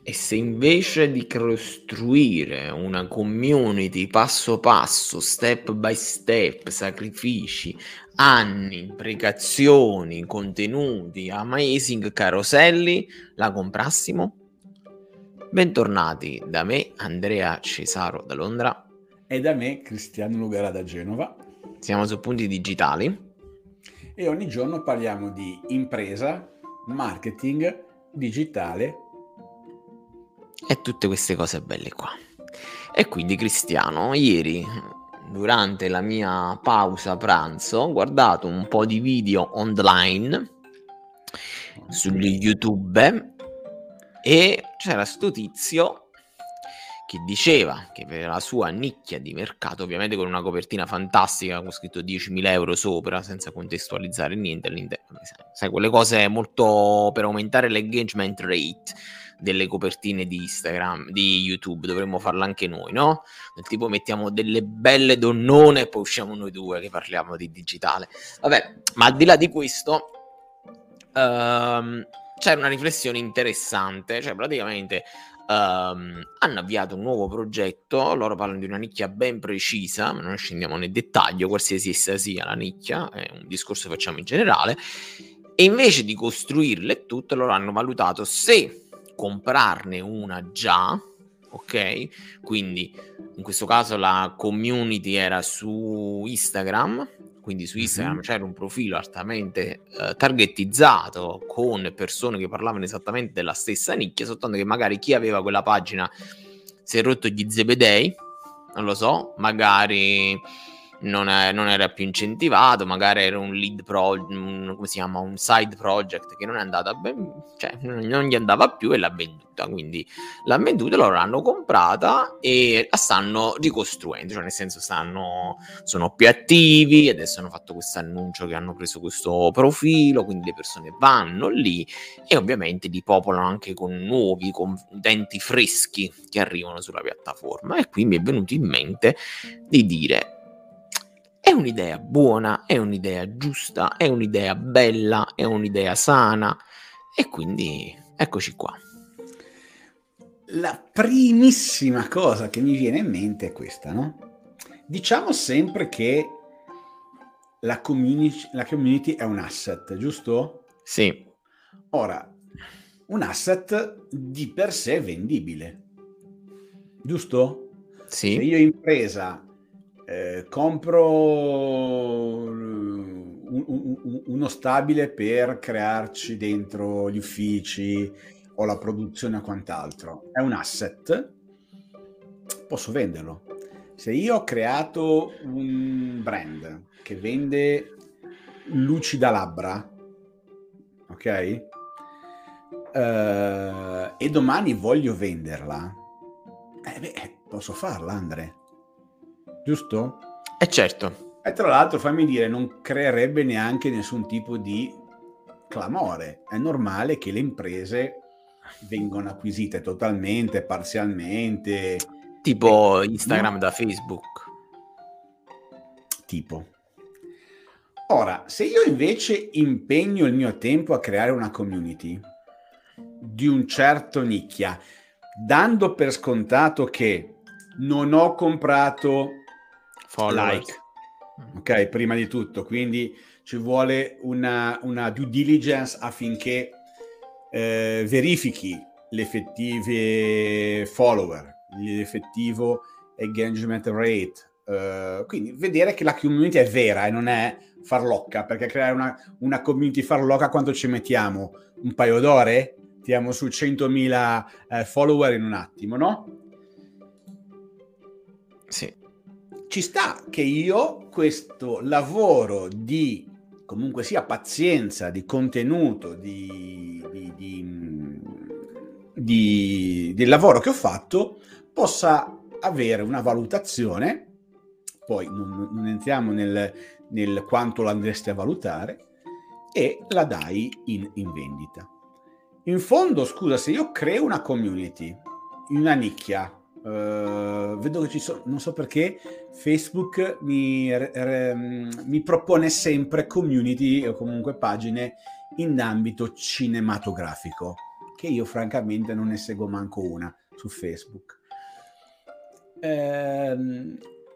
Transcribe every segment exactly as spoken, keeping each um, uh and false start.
E se invece di costruire una community passo passo, step by step, sacrifici, anni, imprecazioni, contenuti, amazing caroselli, la comprassimo? Bentornati da me, Andrea Cesaro da Londra. E da me, Cristiano Lugara da Genova. Siamo su Punti Digitali. E ogni giorno parliamo di impresa, marketing, digitale e tutte queste cose belle qua. E quindi, Cristiano, ieri durante la mia pausa pranzo ho guardato un po' di video online su YouTube e c'era sto tizio che diceva che per la sua nicchia di mercato, ovviamente con una copertina fantastica con scritto diecimila euro sopra, senza contestualizzare niente, sai, quelle cose molto per aumentare l'engagement rate delle copertine di Instagram, di YouTube, dovremmo farla anche noi, no? Del tipo mettiamo delle belle donnone e poi usciamo noi due che parliamo di digitale. Vabbè, ma al di là di questo ehm, c'era una riflessione interessante, cioè praticamente Um, hanno avviato un nuovo progetto, loro parlano di una nicchia ben precisa, ma non scendiamo nel dettaglio, qualsiasi essa sia la nicchia, è un discorso che facciamo in generale, e invece di costruirle tutte, loro hanno valutato se comprarne una già, ok? Quindi in questo caso la community era su Instagram, quindi su Instagram mm-hmm. c'era un profilo altamente eh, targetizzato con persone che parlavano esattamente della stessa nicchia, soltanto che magari chi aveva quella pagina si è rotto gli zebedei, non lo so, magari non, è, non era più incentivato, magari era un lead pro, un, come si chiama, un side project che non è andata ben, cioè non gli andava più e l'ha venduta, quindi l'ha venduta, loro l'hanno comprata e la stanno ricostruendo, cioè nel senso stanno, sono più attivi, adesso hanno fatto questo annuncio che hanno preso questo profilo, quindi le persone vanno lì e ovviamente li popolano anche con nuovi utenti freschi che arrivano sulla piattaforma. E qui mi è venuto in mente di dire: è un'idea buona, è un'idea giusta, è un'idea bella, è un'idea sana, e quindi eccoci qua. La primissima cosa che mi viene in mente è questa, no? Diciamo sempre che la community, la community è un asset, giusto? Sì. Ora, un asset di per sé è vendibile, giusto? Sì. Se io impresa eh, compro un, un, uno stabile per crearci dentro gli uffici o la produzione o quant'altro, è un asset, posso venderlo. Se io ho creato un brand che vende lucida labbra, ok? Uh, e domani voglio venderla, eh beh, posso farla, Andre, giusto? E eh certo. E tra l'altro, fammi dire, non creerebbe neanche nessun tipo di clamore. È normale che le imprese vengano acquisite totalmente, parzialmente, tipo Instagram, no? Da Facebook, tipo. Ora, se io invece impegno il mio tempo a creare una community di un certo nicchia, dando per scontato che non ho comprato followers, like, ok, prima di tutto, quindi ci vuole una, una due diligence affinché eh, verifichi le effettive follower, l'effettivo engagement rate, uh, quindi vedere che la community è vera e non è farlocca, perché creare una, una community farlocca quanto ci mettiamo? Un paio d'ore? Tiriamo su centomila eh, follower in un attimo, no? Sì. Ci sta che io questo lavoro di comunque sia pazienza, di contenuto, di, di, di, di, del lavoro che ho fatto possa avere una valutazione, poi non, non entriamo nel, nel quanto l'andresti a valutare, e la dai in, in vendita. In fondo, scusa, se io creo una community in una nicchia, Uh, vedo che ci sono, non so perché Facebook mi, re, mi propone sempre community o comunque pagine in ambito cinematografico. che io francamente non ne seguo manco una su Facebook. Ehm,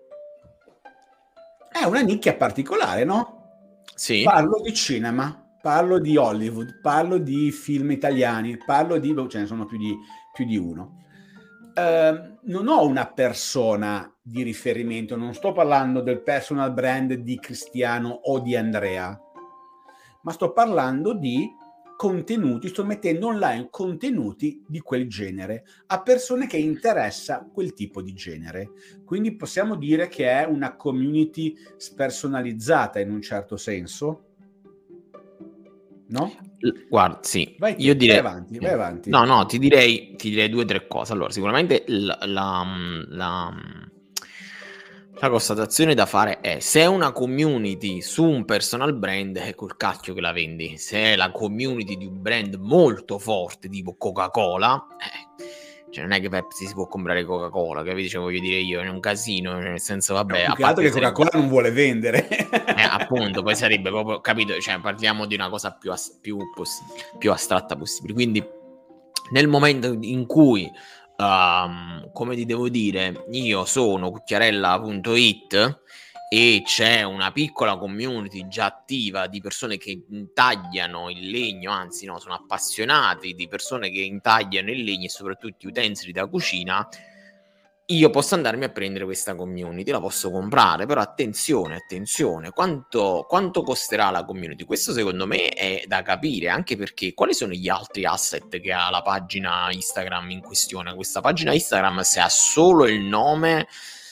è una nicchia particolare, no? Sì. Parlo di cinema, parlo di Hollywood, parlo di film italiani, parlo di... ce ne sono più di, più di uno. Uh, non ho una persona di riferimento, non sto parlando del personal brand di Cristiano o di Andrea, ma sto parlando di contenuti, sto mettendo online contenuti di quel genere a persone che interessa quel tipo di genere. Quindi possiamo dire che è una community spersonalizzata in un certo senso, no? Guarda, sì, vai te, io direi... vai avanti, vai avanti. No, no, ti direi, ti direi due o tre cose. Allora, sicuramente la, la, la, la constatazione da fare è: se è una community su un personal brand, è col cacchio che la vendi. Se è la community di un brand molto forte, tipo Coca-Cola, eh, cioè non è che Pepsi si può comprare Coca-Cola, capito? Cioè, voglio dire io, è un casino, nel senso, vabbè... No, a più che altro che sarebbe... Coca-Cola non vuole vendere. Eh, appunto, poi sarebbe proprio, capito? Cioè, parliamo di una cosa più, as- più, poss- più astratta possibile. Quindi, nel momento in cui, um, come ti devo dire, io sono cucchiarella punto it e c'è una piccola community già attiva di persone che intagliano il legno, anzi no, sono appassionati di persone che intagliano il legno e soprattutto utensili da cucina, io posso andarmi a prendere questa community, la posso comprare, però attenzione, attenzione, quanto, quanto costerà la community? Questo secondo me è da capire, anche perché quali sono gli altri asset che ha la pagina Instagram in questione? Questa pagina Instagram, se ha solo il nome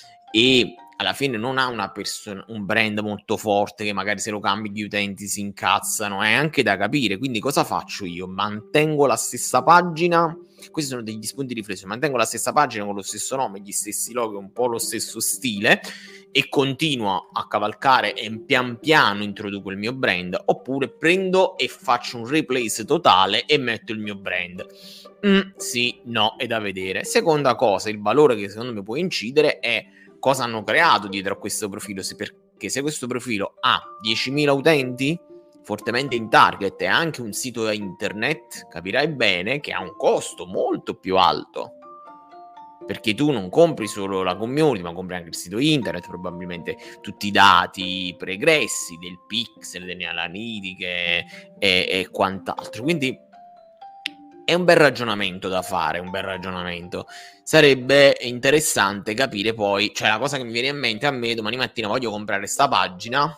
e alla fine non ha una persona, un brand molto forte che magari se lo cambi gli utenti si incazzano, è anche da capire. Quindi cosa faccio io? Mantengo la stessa pagina? Questi sono degli spunti di riflessione. Mantengo la stessa pagina con lo stesso nome, gli stessi logo, un po' lo stesso stile e continuo a cavalcare e pian piano introduco il mio brand, oppure prendo e faccio un replace totale e metto il mio brand. Mm, sì, no, è da vedere. Seconda cosa, il valore che secondo me può incidere è cosa hanno creato dietro a questo profilo, se perché se questo profilo ha diecimila utenti fortemente in target e anche un sito internet, capirai bene che ha un costo molto più alto, perché tu non compri solo la community, ma compri anche il sito internet, probabilmente tutti i dati pregressi del pixel, delle analitiche e, e quant'altro. Quindi è un bel ragionamento da fare, un bel ragionamento. Sarebbe interessante capire poi, cioè la cosa che mi viene in mente a me, domani mattina voglio comprare sta pagina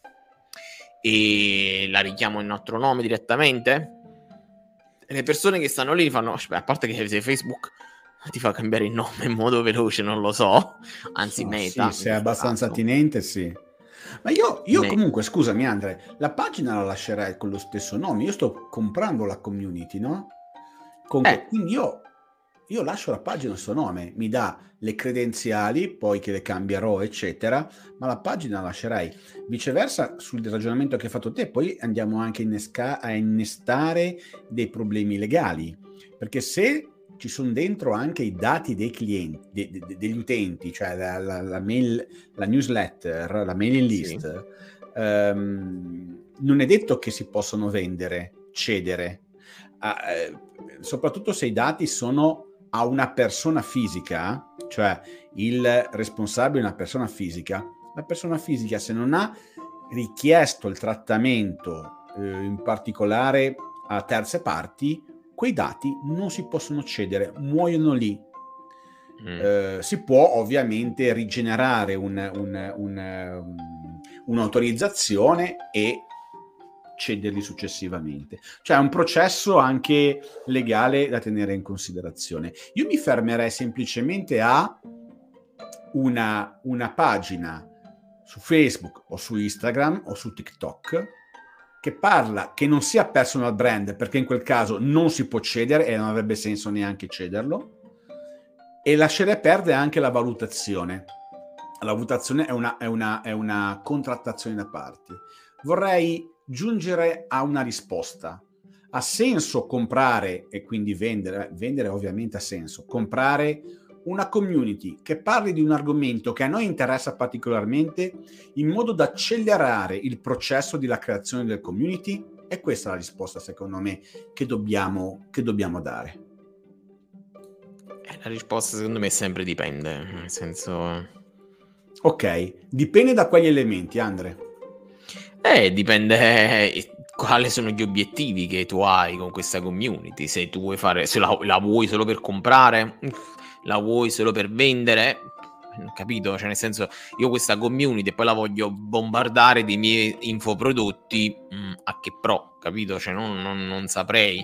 e la richiamo in nostro nome direttamente. Le persone che stanno lì fanno, a parte che se Facebook ti fa cambiare il nome in modo veloce, non lo so, anzi no, Meta. Sì, se è abbastanza caso. Attinente, sì. Ma io, io comunque, scusami Andre, la pagina la lascerei con lo stesso nome, io sto comprando la community, no? Con, eh. Quindi io, io lascio la pagina il suo nome, mi dà le credenziali, poi che le cambierò, eccetera, ma la pagina la lascerei. Viceversa, sul ragionamento che hai fatto te, poi andiamo anche innesca- a innestare dei problemi legali, perché se ci sono dentro anche i dati dei clienti, de, de, degli utenti, cioè la, la, la, mail, la newsletter, la mailing list, sì. ehm, non è detto che si possono vendere, cedere, eh, soprattutto se i dati sono a una persona fisica, cioè il responsabile è una persona fisica, la persona fisica se non ha richiesto il trattamento, eh, in particolare a terze parti, quei dati non si possono cedere, muoiono lì. Mm. Eh, si può ovviamente rigenerare un, un, un, um, un'autorizzazione e cederli successivamente. Cioè è un processo anche legale da tenere in considerazione. Io mi fermerei semplicemente a una, una pagina su Facebook o su Instagram o su TikTok che parla, che non sia personal brand, perché in quel caso non si può cedere e non avrebbe senso neanche cederlo, e lascerei perdere anche la valutazione. La valutazione è una, è una, è una contrattazione da parti. Vorrei giungere a una risposta. Ha senso comprare e quindi vendere? Vendere ovviamente ha senso. Comprare una community che parli di un argomento che a noi interessa particolarmente in modo da accelerare il processo della creazione del community? È questa la risposta, secondo me, che dobbiamo, che dobbiamo dare. Eh, la risposta, secondo me, sempre dipende. Nel senso... Ok, dipende da quali elementi, Andre? Eh, dipende eh, quali sono gli obiettivi che tu hai con questa community. Se tu vuoi fare... Se la, la vuoi solo per comprare... La vuoi solo per vendere... Capito? Cioè, nel senso, io questa community e poi la voglio bombardare dei miei infoprodotti, mh, a che pro, capito? Cioè, non, non, non saprei.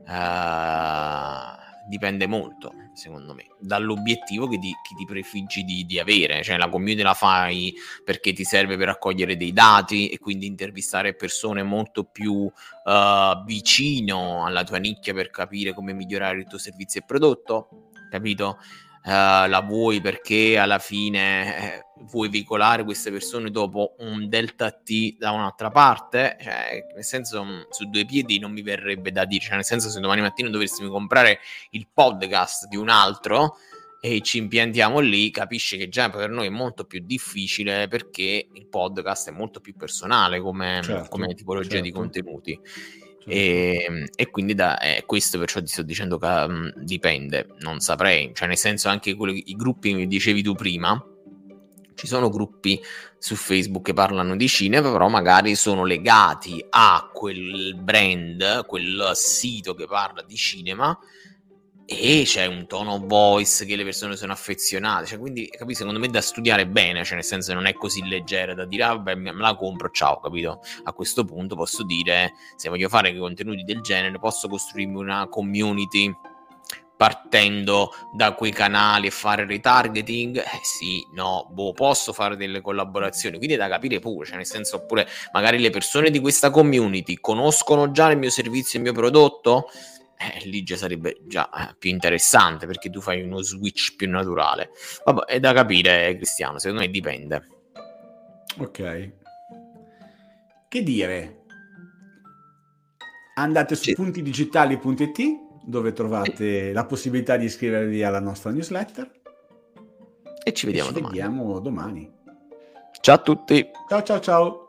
Uh, dipende molto, secondo me, dall'obiettivo che ti, che ti prefiggi di, di avere. Cioè, la community la fai perché ti serve per raccogliere dei dati e quindi intervistare persone molto più uh, vicino alla tua nicchia per capire come migliorare il tuo servizio e prodotto, capito? Uh, la vuoi perché alla fine eh, vuoi veicolare queste persone dopo un delta T da un'altra parte, cioè, nel senso, mh, su due piedi non mi verrebbe da dire, cioè, nel senso, se domani mattina dovessimo comprare il podcast di un altro e ci impiantiamo lì, capisci che già per noi è molto più difficile, perché il podcast è molto più personale come, certo, come tipologia certo. di contenuti. E, e quindi da eh, questo perciò ti sto dicendo che um, dipende, non saprei, cioè nel senso, anche quelli, i gruppi che mi dicevi tu prima, ci sono gruppi su Facebook che parlano di cinema, però magari sono legati a quel brand, quel sito che parla di cinema, e c'è un tono of voice che le persone sono affezionate, cioè, quindi, capisci, secondo me è da studiare bene, cioè nel senso non è così leggera da dire ah, vabbè, me la compro, ciao, capito? A questo punto posso dire, se voglio fare contenuti del genere, posso costruirmi una community partendo da quei canali e fare retargeting? Eh sì, no, boh, posso fare delle collaborazioni, quindi è da capire pure, cioè nel senso, oppure magari le persone di questa community conoscono già il mio servizio e il mio prodotto? Eh, lì già sarebbe già eh, più interessante, perché tu fai uno switch più naturale. Vabbè, è da capire, Cristiano, secondo me dipende. Ok. Che dire? Andate su Sì. puntidigitali punto it, dove trovate sì. la possibilità di iscrivervi alla nostra newsletter. E ci vediamo e ci domani. vediamo domani. Ciao a tutti. Ciao ciao ciao.